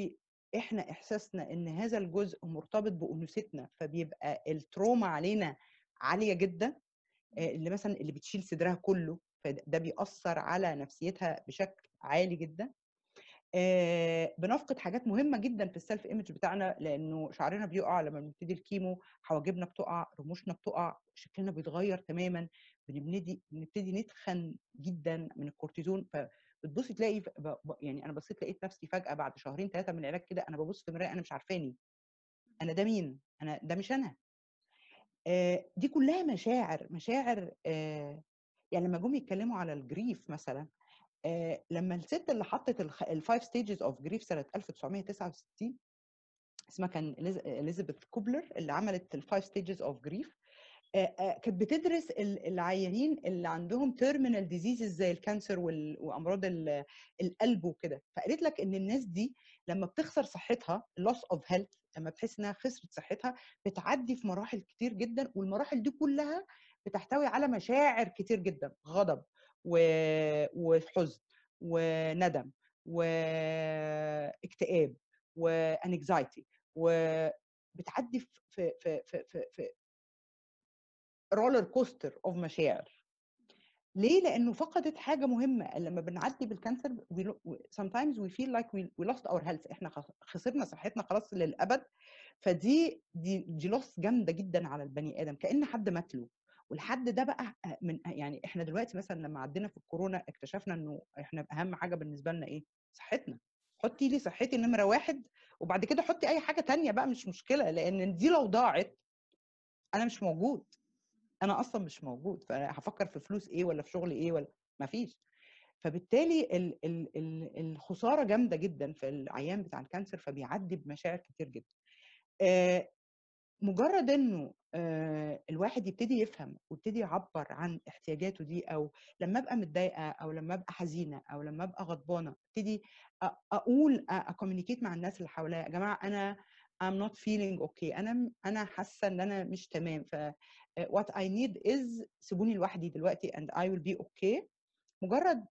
احنا احساسنا ان هذا الجزء مرتبط بانوثتنا، فبيبقى التروما علينا عاليه جدا. اللي مثلا اللي بتشيل صدرها كله، فده بيأثر على نفسيتها بشكل عالي جدا. آه بنفقد حاجات مهمه جدا في السيلف ايمج بتاعنا، لانه شعرنا بيقع لما بنبتدي الكيمو، حواجبنا بتقع، رموشنا بتقع، شكلنا بيتغير تماما، بنبتدي بنبتدي نتخن جدا من الكورتيزون. فبتبصي تلاقي يعني انا بصيت لقيت نفسي فجاه بعد شهرين ثلاثه من العلاج كده، انا ببص في المرايه انا مش عارفاني، انا ده مين؟ انا ده مش انا. آه دي كلها مشاعر مشاعر آه يعني لما جم يتكلموا على الجريف مثلا، آه لما الست اللي حطت الفايف ستيجز اوف جريف سنه ألف وتسعمية وتسعة وستين، اسمها كان اليزابيث كوبلر، اللي عملت الفايف ستيجز اوف جريف، كانت بتدرس العيانين اللي عندهم تيرمينال ديزيزز زي الكانسر وامراض القلب وكده. فقالت لك ان الناس دي لما بتخسر صحتها، loss of health، لما بتحس انها خسرت صحتها، بتعدي في مراحل كتير جدا، والمراحل دي كلها بتحتوي على مشاعر كتير جدا، غضب وحزن وندم واكتئاب وانكزايتي، وبتعدي في في في في, في رولر كوستر اوف مشاعر. ليه؟ لانه فقدت حاجه مهمه. لما بنعدي بالكانسر we, sometimes we feel like we, we lost our health، احنا خسرنا صحتنا خلاص للابد. فدي دي دي لوس جامده جدا على البني ادم، كأن حد مات له. والحد ده بقى من يعني احنا دلوقتي مثلا لما عدينا في الكورونا اكتشفنا انه احنا اهم حاجه بالنسبه لنا ايه؟ صحتنا. حطي لي صحتي نمره واحد، وبعد كده حطي اي حاجه تانية بقى مش مشكله، لان دي لو ضاعت انا مش موجود، انا اصلا مش موجود، فهفكر في فلوس ايه ولا في شغل ايه ولا ما فيش. فبالتالي ال ال ال الخساره جامده جدا في العيان بتاع الكانسر، فبيعدي بمشاعر كتير جدا. آه مجرد انه آه الواحد يبتدي يفهم ويبتدي يعبر عن احتياجاته دي، او لما ابقى متضايقه او لما ابقى حزينه او لما ابقى غضبانه، ابتدي اقول اكوميونيكيت مع الناس اللي حواليا، يا جماعه انا I'm not feeling okay، انا انا حاسه ان انا مش تمام، ف what I need is سيبوني لوحدي دلوقتي and I will be okay. مجرد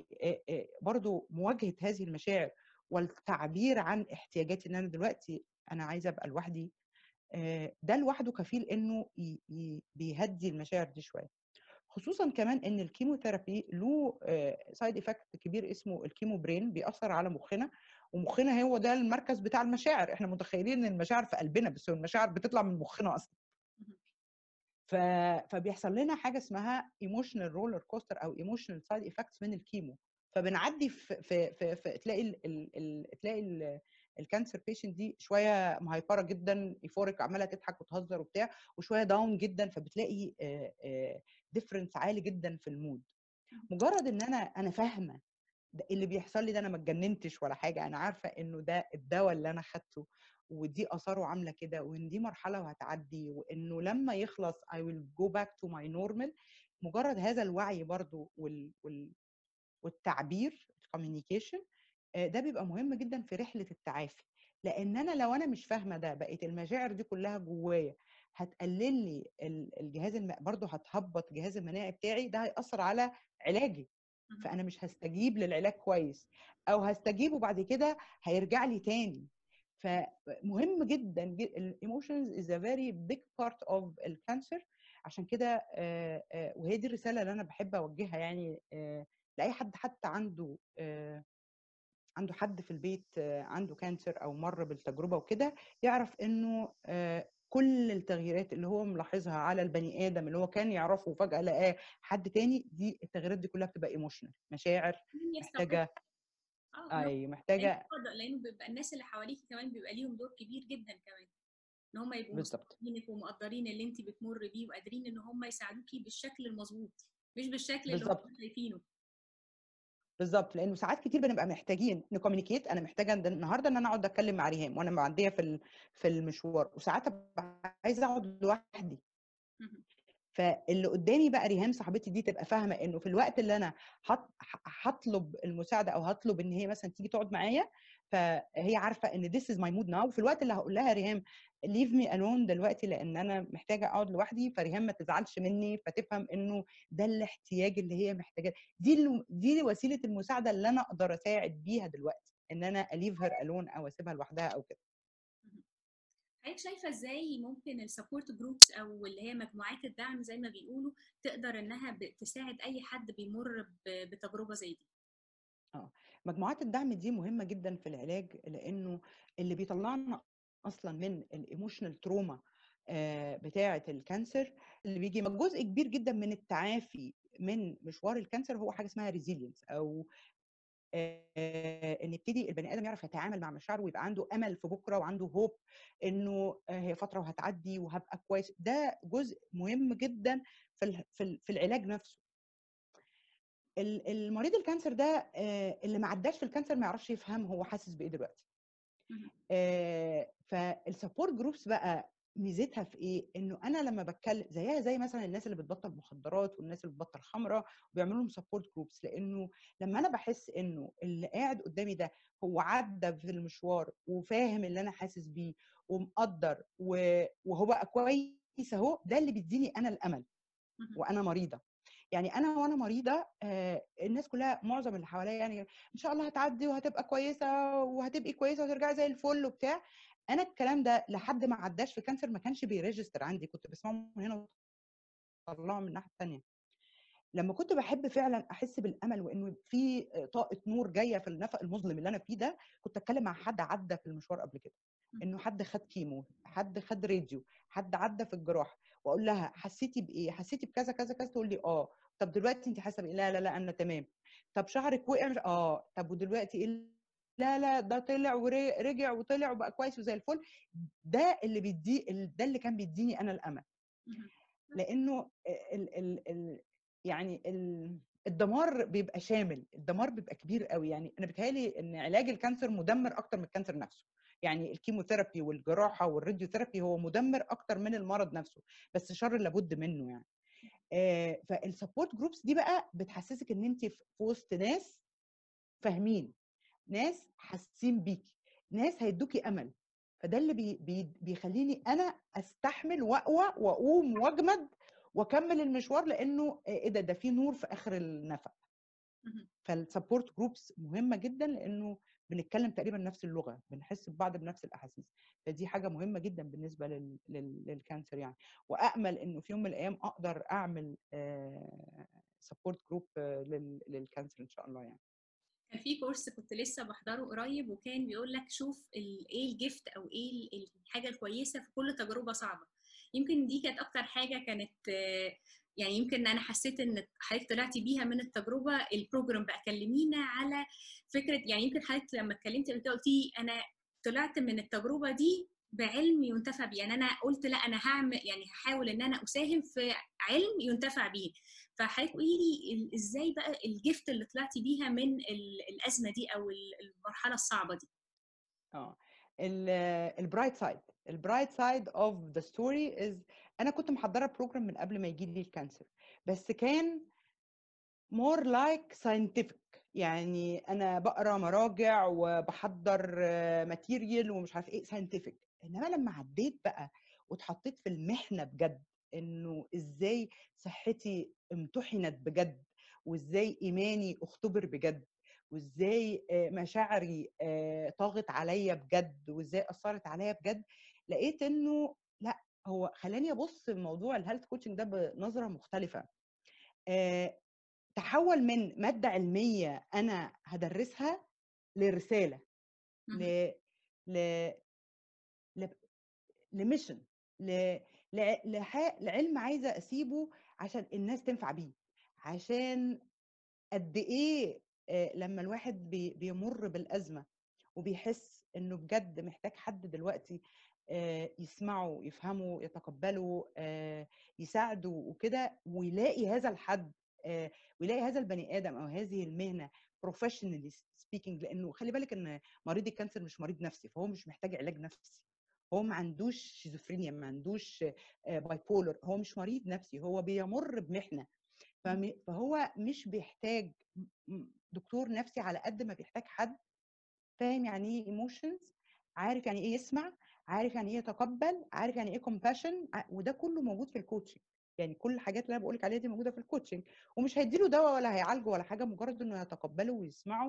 برضو مواجهه هذه المشاعر والتعبير عن احتياجاتي، ان انا دلوقتي انا عايزه ابقى لوحدي، ده لوحده كفيل انه بيهدي المشاعر دي شويه. خصوصا كمان ان الكيموثيرابي له سايد افكت كبير اسمه الكيمو برين، بيأثر على مخنا، ومخنا هو ده المركز بتاع المشاعر. احنا متخيلين ان المشاعر في قلبنا، بس المشاعر بتطلع من مخنا اصلا. ف... فبيحصل لنا حاجه اسمها ايموشنال رولر كوستر او ايموشنال سايد افكتس من الكيمو. فبنعدي في في في, في تلاقي ال... ال... ال... تلاقي ال... الكانسر بيشنت دي شويه مهيبره جدا، ايفوريك، عماله تضحك وتهزر وبتاع، وشويه داون جدا، فبتلاقي ديفرنس عالي جدا في المود. مجرد ان انا انا فاهمه اللي بيحصل لي ده، انا ما اتجننتش ولا حاجه، انا عارفه انه ده الدواء اللي انا خدته، ودي اثاره عامله كده، وان دي مرحله وهتعدي، وانه لما يخلص I will go back to my normal. مجرد هذا الوعي برضو وال... وال... والتعبير الكوميونيكيشن ده بيبقى مهم جدا في رحله التعافي. لان انا لو انا مش فاهمه ده، بقيت المشاعر دي كلها جوايا هتقلل لي الجهاز الم... برضو هتهبط الجهاز المناعي بتاعي، ده هيأثر على علاجي، فانا مش هستجيب للعلاج كويس، او هستجيب وبعد كده هيرجع لي تاني. فمهم جدا الايموشنز از ا فيري بيج بارت اوف الكانسر. عشان كده وهي دي الرساله اللي انا بحب اوجهها يعني لاي حد حتى عنده عنده حد في البيت عنده كانسر او مر بالتجربه وكده، يعرف انه كل التغييرات اللي هو ملاحظها على البني ادم اللي هو كان يعرفه وفجاه لقاه حد تاني، دي التغييرات دي كلها بتبقى ايموشنال، مشاعر محتاجه اه اي محتاجه، لانه بيبقى الناس اللي حواليك كمان بيبقى ليهم دور كبير جدا كمان، ان هم يبقوا مستوعبينك ومقدرين اللي انت بتمر بيه، وقادرين ان هم يساعدوكي بالشكل المظبوط مش بالشكل اللي هم شايفينه. بالظبط، لانه ساعات كتير بنبقى محتاجين نكوميونيكيت. انا محتاجه النهارده ان انا اقعد اتكلم مع ريهام وانا معديه في في المشوار، وساعات ابقى عايزه اقعد لوحدي. فاللي قدامي بقى ريهام صاحبتي دي تبقى فاهمه انه في الوقت اللي انا هطلب المساعده او هطلب ان هي مثلا تيجي تقعد معايا، فهي عارفه ان this is my mood now. وفي الوقت اللي هقول لها ريهام leave me alone دلوقتي لان انا محتاجه اقعد لوحدي، فريهام ما تزعلش مني، فتفهم انه ده الاحتياج اللي هي محتاجاه. دي دي وسيله المساعده اللي انا اقدر اساعد بيها دلوقتي. ان انا اليف هير الون او اسيبها لوحدها او كده. حضرتك شايفه ازاي ممكن السبورت جروبس او اللي هي مجموعات الدعم زي ما بيقولوا تقدر انها تساعد اي حد بيمر بتجربه زي دي؟ اه مجموعات الدعم دي مهمه جدا في العلاج، لانه اللي بيطلعنا اصلا من الايموشنال تروما بتاعه الكانسر، اللي بيجي جزء كبير جدا من التعافي من مشوار الكانسر هو حاجه اسمها ريزيلينس، او ان يبتدي البني ادم يعرف يتعامل مع مشاعره ويبقى عنده امل في بكره وعنده هوب انه هي فتره وهتعدي وهبقى كويس. ده جزء مهم جدا في في العلاج نفسه. المريض الكانسر ده اللي ما عداش في الكانسر ما يعرفش يفهم هو حاسس بايه دلوقتي. فالسبورت جروبس بقى ميزتها في ايه؟ انه انا لما بتكلم زيها زي مثلا الناس اللي بتبطل مخدرات والناس اللي بتبطل خمره وبيعملوا لهم سبورت جروبس، لانه لما انا بحس انه اللي قاعد قدامي ده هو عدى في المشوار وفاهم اللي انا حاسس بيه ومقدر وهو بقى كويس اهو، ده اللي بيديني انا الامل وانا مريضه. يعني انا وانا مريضه آه الناس كلها معظم اللي حواليا يعني ان شاء الله هتعدي وهتبقى كويسه وهتبقي كويسه وهترجعي زي الفل وبتاع. انا الكلام ده لحد ما عداش في كانسر ما كانش بيريجستر عندي، كنت بسمعه من هنا وطلعه من الناحيه الثانيه. لما كنت بحب فعلا احس بالامل وانه في طاقه نور جايه في النفق المظلم اللي انا فيه ده، كنت اتكلم مع حد عدى في المشوار قبل كده، انه حد خد كيمو، حد خد راديو، حد عدى في الجراحه، واقول لها حسيتي بايه؟ حسيتي بكذا كذا كذا؟ تقول لي اه. طب دلوقتي انت حاسه بايه؟ لا لا لا انا تمام. طب شعرك وقع؟ اه. طب ودلوقتي ايه؟ لا لا ده طلع ورجع وطلع وبقى كويس وزي الفل. ده اللي بيدي ده اللي كان بيديني انا الامل، لانه ال ال ال يعني ال الدمار بيبقى شامل، الدمار بيبقى كبير قوي. يعني انا بيتهيألي ان علاج الكانسر مدمر اكتر من الكانسر نفسه. يعني الكيموثيرابي والجراحه والراديوثيرابي هو مدمر اكتر من المرض نفسه، بس شر لابد منه يعني. آه فالسبورت جروبس دي بقى بتحسسك ان انت في وسط ناس فاهمين، ناس حاسين بيكي، ناس هيدوكي امل. فده اللي بي بي بيخليني انا استحمل واقوى واقوم واجمد واكمل المشوار، لانه ايه ده ده في نور في اخر النفق. فالسبورت جروبس مهمه جدا لانه بنتكلم تقريبا نفس اللغه، بنحس ببعض بنفس الاحاسيس. فدي حاجه مهمه جدا بالنسبه لل... لل... للكانسر يعني. وامل انه في يوم من الايام اقدر اعمل سبورت جروب لل... للكانسر ان شاء الله يعني. كان في كورس كنت لسه بحضره قريب وكان بيقول لك شوف ايه الجفت او ايه الحاجه الكويسه في كل تجربه صعبه. يمكن دي كانت اكتر حاجه كانت يعني يمكن انا حسيت ان حضرتك طلعتي بيها من التجربه. البروجرام بقى كلمينا على فكره، يعني يمكن حضرتك لما اتكلمتي قلتي انا طلعت من التجربه دي بعلم ينتفع بيه. يعني انا قلت لا انا هعمل يعني هحاول ان انا اساهم في علم ينتفع بيه. فحضرتك قولي لي ازاي بقى الجفت اللي طلعتي بيها من الازمه دي او المرحله الصعبه دي؟ اه البرايت سايد البرايت سايد اوف ذا ستوري از انا كنت محضره بروجرام من قبل ما يجي لي الكانسر، بس كان more like scientific. يعني انا بقرا مراجع وبحضر ماتيريال ومش عارف ايه scientific. انما لما عديت بقى واتحطيت في المحنه بجد، انه ازاي صحتي امتحنت بجد، وازاي ايماني اختبر بجد، وازاي مشاعري طاغت عليا بجد، وازاي اثرت عليا بجد، لقيت انه لا، هو خلاني ابص لموضوع الهيلث كوتشنج ده بنظره مختلفه. تحول من مادة علمية أنا هدرسها لرسالة، ل ل ل لميشن، ل ل لح... لعلم عايزة أسيبه عشان الناس تنفع بيه. عشان قد إيه لما الواحد بي... بيمر بالأزمة وبيحس إنه بجد محتاج حد دلوقتي يسمعه يفهمه يتقبله يساعده وكده، ويلاقي هذا الحد ويلاقي هذا البني ادم او هذه المهنه بروفيشنالي سبيكينج. لانه خلي بالك ان مريض الكانسر مش مريض نفسي، فهو مش محتاج علاج نفسي، هو ما عندوش شيزوفرينيا، ما عندوش باي بولر، هو مش مريض نفسي، هو بيمر بمحنه. فهو مش بيحتاج دكتور نفسي على قد ما بيحتاج حد فاهم يعني ايه ايموشنز، عارف يعني ايه يسمع، عارف يعني ايه يتقبل، عارف يعني ايه كومباشن. وده كله موجود في الكوتشنج. يعني كل الحاجات اللي انا بقولك عليها دي موجوده في الكوتشنج. ومش هيديله دواء ولا هيعالجه ولا حاجه، مجرد انه يتقبله ويسمعه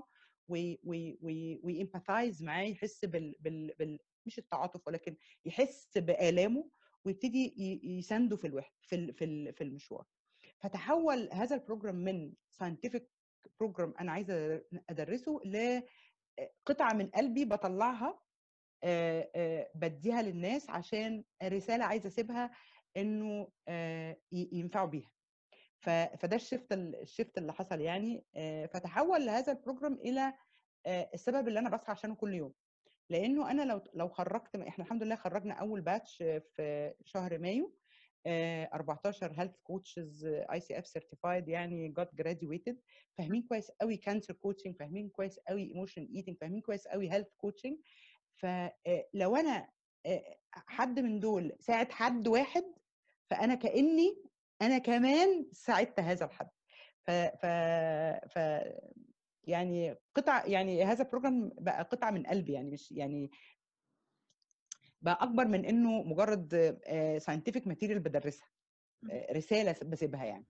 ويمباثايز معاه، يحس بال, بال, بال مش التعاطف ولكن يحس بآلامه، ويبتدي يسنده في الوحده في في في المشوار. فتحول هذا البروجرام من ساينتفك بروجرام انا عايزه ادرسه لقطعه من قلبي بطلعها بديها للناس عشان رساله عايزه اسيبها انه ينفعوا بيها. فده الشفت الشفت اللي حصل يعني. فتحول هذا البروجرام الى السبب اللي انا بسعى عشانه كل يوم. لانه انا لو لو خرجت، احنا الحمد لله خرجنا اول باتش في شهر مايو، أربعتاشر هيلث كوتشز اي سي اف سيرتيفايد يعني جوت جراديويتد، فاهمين كويس قوي كانسر كوتشنج، فاهمين كويس قوي ايموشن ايتنج، فاهمين كويس قوي هيلث كوتشنج. فلو انا حد من دول ساعد حد واحد، فانا كاني انا كمان ساعدت هذا الحد. ف ف ف يعني قطع يعني هذا البروجرام بقى قطعه من قلبي، يعني مش يعني بقى اكبر من انه مجرد ساينتفك ماتيريال بدرسها، رساله بسيبها يعني.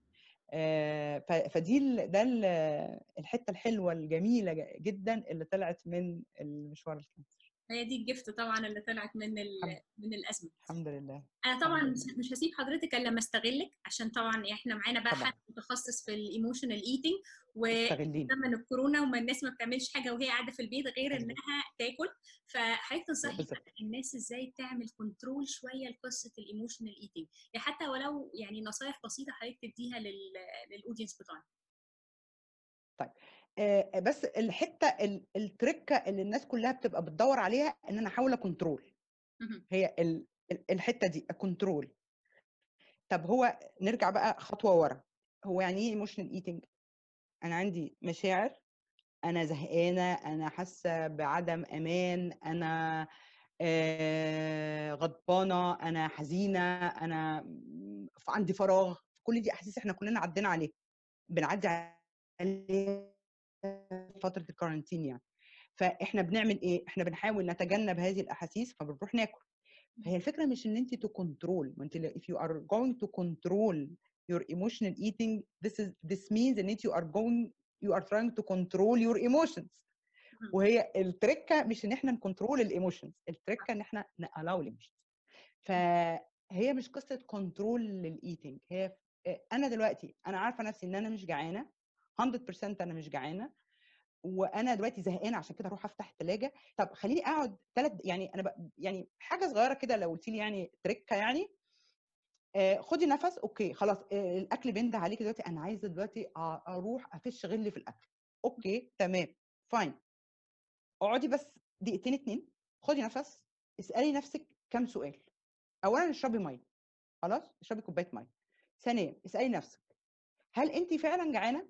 فدي ده الحته الحلوه الجميله جدا اللي طلعت من المشوار الكانسر. هي دي الجفت طبعا اللي طلعت من من الازمه. الحمد لله. انا طبعا مش هسيب حضرتك الا لما استغلك، عشان طبعا احنا معانا بقى حد متخصص في الايموشنال ايتنج، وزمن الكورونا وما الناس ما بتعملش حاجه وهي قاعده في البيت غير انها تاكل. فحضرتك تنصحي الناس ازاي تعمل كنترول شويه لقصه الايموشنال ايتنج، يعني حتى ولو يعني نصايح بسيطه حضرتك تديها للاودينس بتاعنا. طيب آه بس الحته التركه اللي الناس كلها بتبقى بتدور عليها ان انا احاول اكنترول، هي الحته دي الكنترول. طب هو نرجع بقى خطوه ورا، هو يعني ايه ايموشنال ايتنج؟ انا عندي مشاعر، انا زهقانه، انا حاسه بعدم امان، انا آه غضبانه، انا حزينه، انا عندي فراغ. كل دي احاسيس احنا كلنا عدينا عليها، بنعدي عليها فتره الكارانتين يعني. فاحنا بنعمل ايه؟ احنا بنحاول نتجنب هذه الاحاسيس فبنروح ناكل. فهي الفكره مش ان انت تكنترول، ما انت if you are going to control your emotional eating, this is this means ان انت you are going you are trying to control your emotions. وهي التركه مش ان احنا نكنترول الايموشنز، التركه ان احنا نالاو الايموشنز. فهي مش قصه كنترول للايتنج، هي انا دلوقتي انا عارفه نفسي ان انا مش جعانه مية بالمية، انا مش جعانه وانا دلوقتي زهقانه، عشان كده اروح افتح الثلاجه. طب خليني اقعد ثلاث يعني انا ب... يعني حاجه صغيره كده لو قلت لي يعني تركه يعني آه خدي نفس، اوكي خلاص آه الاكل بينده عليكي دلوقتي، انا عايزه دلوقتي اروح افش غلي في الاكل، اوكي تمام فاين. اقعدي بس دقيقتين اتنين، خدي نفس، اسالي نفسك كام سؤال. اولا اشربي ميه، خلاص اشربي كوبايه ميه. ثانيا اسالي نفسك هل انت فعلا جعانه؟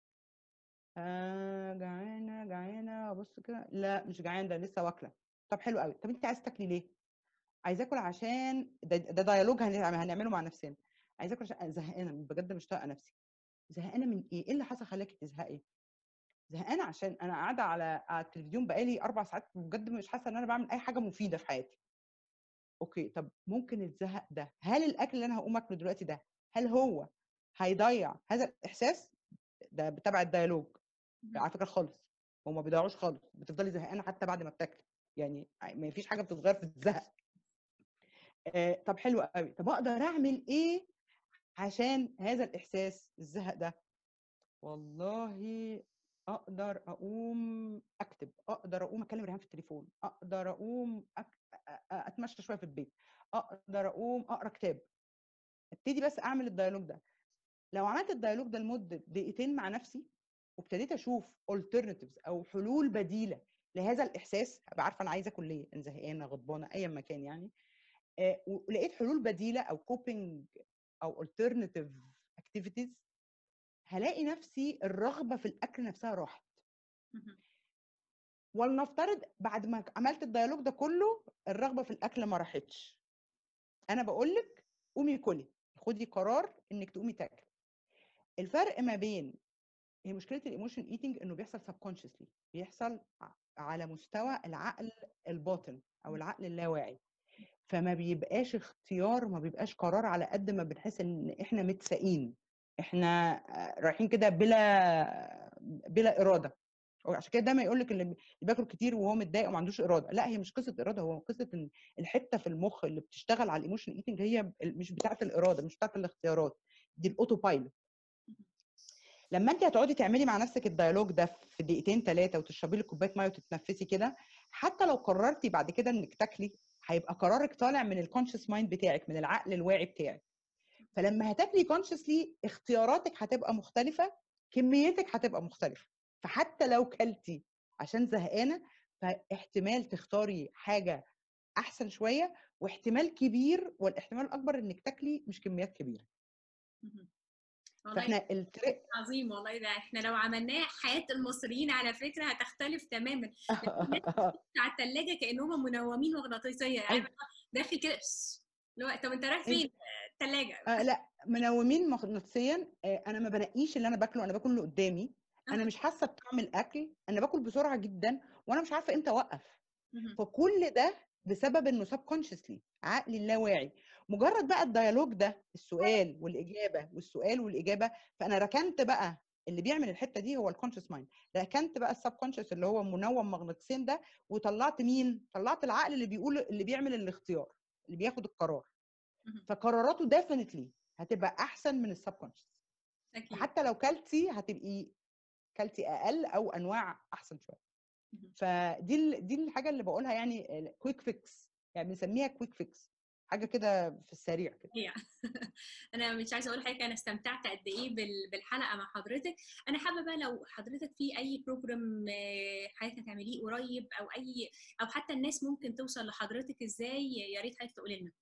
آه جعانه جعانه ابص كده، لا مش جعانه، ده لسه واكله. طب حلو قوي، طب انت عايزه تاكلي ليه؟ عايزه اكل عشان ده, ده ديالوج هنعمله مع نفسنا. عايزه اكل عشان زهقانه بجد، مش طايقه نفسي. زهقانه من ايه؟ ايه اللي حصل خلاكي تزهقي؟ زهقانه عشان انا قاعده على على التلفزيون بقالي اربع ساعات بجد مش حاسه ان انا بعمل اي حاجه مفيده في حياتي. اوكي طب ممكن الزهق ده، هل الاكل اللي انا هقوم اكله دلوقتي ده هل هو هيضيع هذا الاحساس؟ ده بتبع الديالوج على فكره خالص، هو ما بيضيعوش خالص، بتفضلي زهقانه حتى بعد ما بتاكلي، يعني ما فيش حاجه بتتغير في الزهق. آه طب حلو قوي، طب اقدر اعمل ايه عشان هذا الاحساس الزهق ده؟ والله اقدر اقوم اكتب، اقدر اقوم اكلم ريهام في التليفون، اقدر اقوم أك... اتمشى شويه في البيت، اقدر اقوم اقرا كتاب. ابتدي بس اعمل الديالوج ده. لو عملت الديالوج ده لمده دقيقتين مع نفسي وابتديت اشوف alternatives او حلول بديله لهذا الاحساس، هبقى عارفه انا عايزه اكل ليه، ان زهقانه غضبانه ايا ما كان يعني، آه ولقيت حلول بديله او coping او alternative activities، هلاقي نفسي الرغبه في الاكل نفسها راحت. ولنفترض بعد ما عملت الديالوج ده كله الرغبه في الاكل ما راحتش، انا بقول لك قومي كلي، خدي قرار انك تقومي تاكلي. الفرق ما بين هي مشكله الايموشن ايتنج انه بيحصل سبكونشسلي، بيحصل على مستوى العقل الباطن او العقل اللاواعي، فما بيبقاش اختيار، ما بيبقاش قرار على قد ما بنحس ان احنا متساقين، احنا رايحين كده بلا بلا اراده. عشان كده دايما يقول لك اللي بياكل كتير وهو متضايق وما عندوش اراده، لا هي مش قصه اراده، هو قصه ان الحته في المخ اللي بتشتغل على الايموشن ايتنج هي مش بتاعه الاراده، مش بتاعه الاختيارات، دي الاوتو بايلوت. لما انت هتقعدي تعملي مع نفسك الديالوج ده في دقيقتين ثلاثه وتشربي لك كوبايه ميه وتتنفسي كده، حتى لو قررتي بعد كده انك تاكلي هيبقى قرارك طالع من الكونشس مايند بتاعك، من العقل الواعي بتاعك. فلما هتاكلي كونشسلي اختياراتك هتبقى مختلفه، كميتك هتبقى مختلفه. فحتى لو كلتي عشان زهقانه فاحتمال تختاري حاجه احسن شويه، واحتمال كبير والاحتمال الاكبر انك تاكلي مش كميات كبيره. فاحنا التريك عظيم والله، ده احنا لو عملناه حياه المصريين على فكره هتختلف تماما. على الثلاجه كانهم منومين مغناطيسيه، يعني داخل كده لو طب انت رايح فين؟ الثلاجه. آه لا، منومين مغناطيسيا. آه انا ما بنقيش اللي انا باكله، انا باكل اللي قدامي. انا مش حاسه بطعم الاكل، انا باكل بسرعه جدا وانا مش عارفه امتى اوقف. فكل ده بسبب انه سب كونشسلي، عقلي اللاواعي. مجرد بقى الديالوج ده، السؤال والاجابه والسؤال والاجابه، فانا ركنت بقى اللي بيعمل الحته دي هو الكونشس مايند، ركنت بقى السب كونشس اللي هو منوم مغناطيسيا ده، وطلعت مين؟ طلعت العقل اللي بيقول، اللي بيعمل الاختيار، اللي بياخد القرار. فقراراته ديفينتلي هتبقى احسن من السب كونشس. فحتى لو كلتي هتبقي كلتي اقل او انواع احسن شويه. فدي دي الحاجه اللي بقولها، يعني كويك فيكس، يعني بنسميها كويك فيكس، حاجه كده في السريع كده. انا مش عايزه اقول حاجه، انا استمتعت قد ايه بالحلقه مع حضرتك. انا حابه بقى لو حضرتك في اي بروجرام حضرتك هتعمليه قريب، او اي او حتى الناس ممكن توصل لحضرتك ازاي، يا ريت حضرتك تقولي لنا.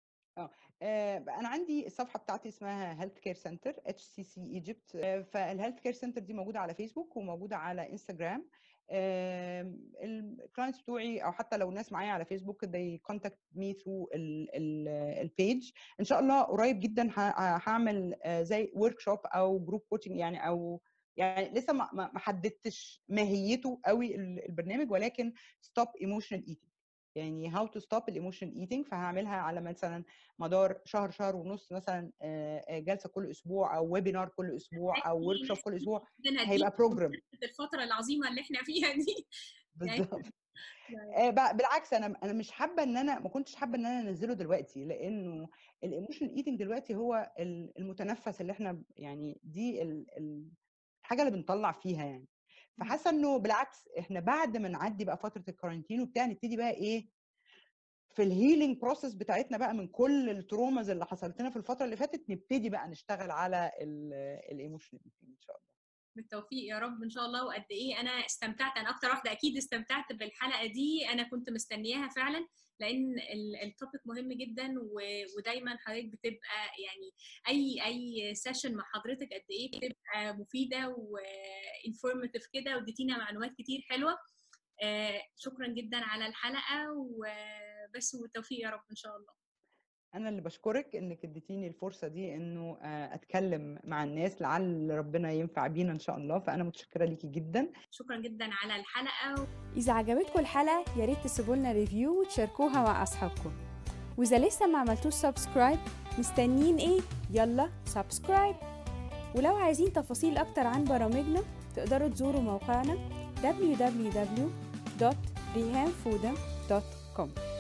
اه انا عندي الصفحه بتاعتي اسمها هيلث كير سنتر اتش سي سي ايجيبت. فالهيلث كير سنتر دي موجوده على فيسبوك وموجوده على انستغرام. الكلاينتس بتوعي او حتى لو الناس معايا على فيسبوك they contact me through البيج. ان شاء الله قريب جدا هعمل زي ورك شوب او جروب كوتشنج، يعني او يعني لسه ما حددتش ماهيته قوي البرنامج، ولكن ستوب ايموشنال ايتنج، يعني هاو تو ستوب الايموشنال ايتنج. فهعملها على مثلا مدار شهر شهر ونص، مثلا جلسه كل اسبوع او ويبينار كل اسبوع او ورك شوب كل اسبوع، هيبقى بروجرام الفتره العظيمه اللي احنا فيها دي. بالظبط. بالعكس انا انا مش حابه ان انا ما كنتش حابه ان انا انزله دلوقتي، لانه الايموشنال ايتنج دلوقتي هو المتنفس اللي احنا يعني دي الحاجه اللي بنطلع فيها يعني. فحاسه انه بالعكس احنا بعد ما نعدي بقى فتره الكارانتين وبتاع، نبتدي بقى ايه في الهيلينج بروسيس بتاعتنا بقى من كل التروماز اللي حصلت لنا في الفتره اللي فاتت، نبتدي بقى نشتغل على الايموشنال ان شاء الله. بالتوفيق يا رب ان شاء الله. وقد ايه انا استمتعت، انا اكتر واحده اكيد استمتعت بالحلقه دي، انا كنت مستنياها فعلا، لان التوبيك مهم جدا، ودايما حضرتك بتبقى يعني اي اي سيشن مع حضرتك قد ايه بتبقى مفيده وانفورماتيف كده، واديتينا معلومات كتير حلوه. شكرا جدا على الحلقه وبس، والتوفيق يا رب ان شاء الله. أنا اللي بشكرك إنك اديتيني الفرصة دي إنه أتكلم مع الناس، لعل ربنا ينفع بينا إن شاء الله. فأنا متشكرة ليكي جدا. شكرا جدا على الحلقة. إذا عجبتكم الحلقة يا ريت تسيبوا لنا ريفيو وتشاركوها مع أصحابكم، وإذا لسه ما عملتوش سبسكرايب مستنيين إيه؟ يلا سبسكرايب. ولو عايزين تفاصيل أكتر عن برامجنا تقدروا تزوروا موقعنا دبليو دبليو دبليو دوت ريهام فودم دوت كوم.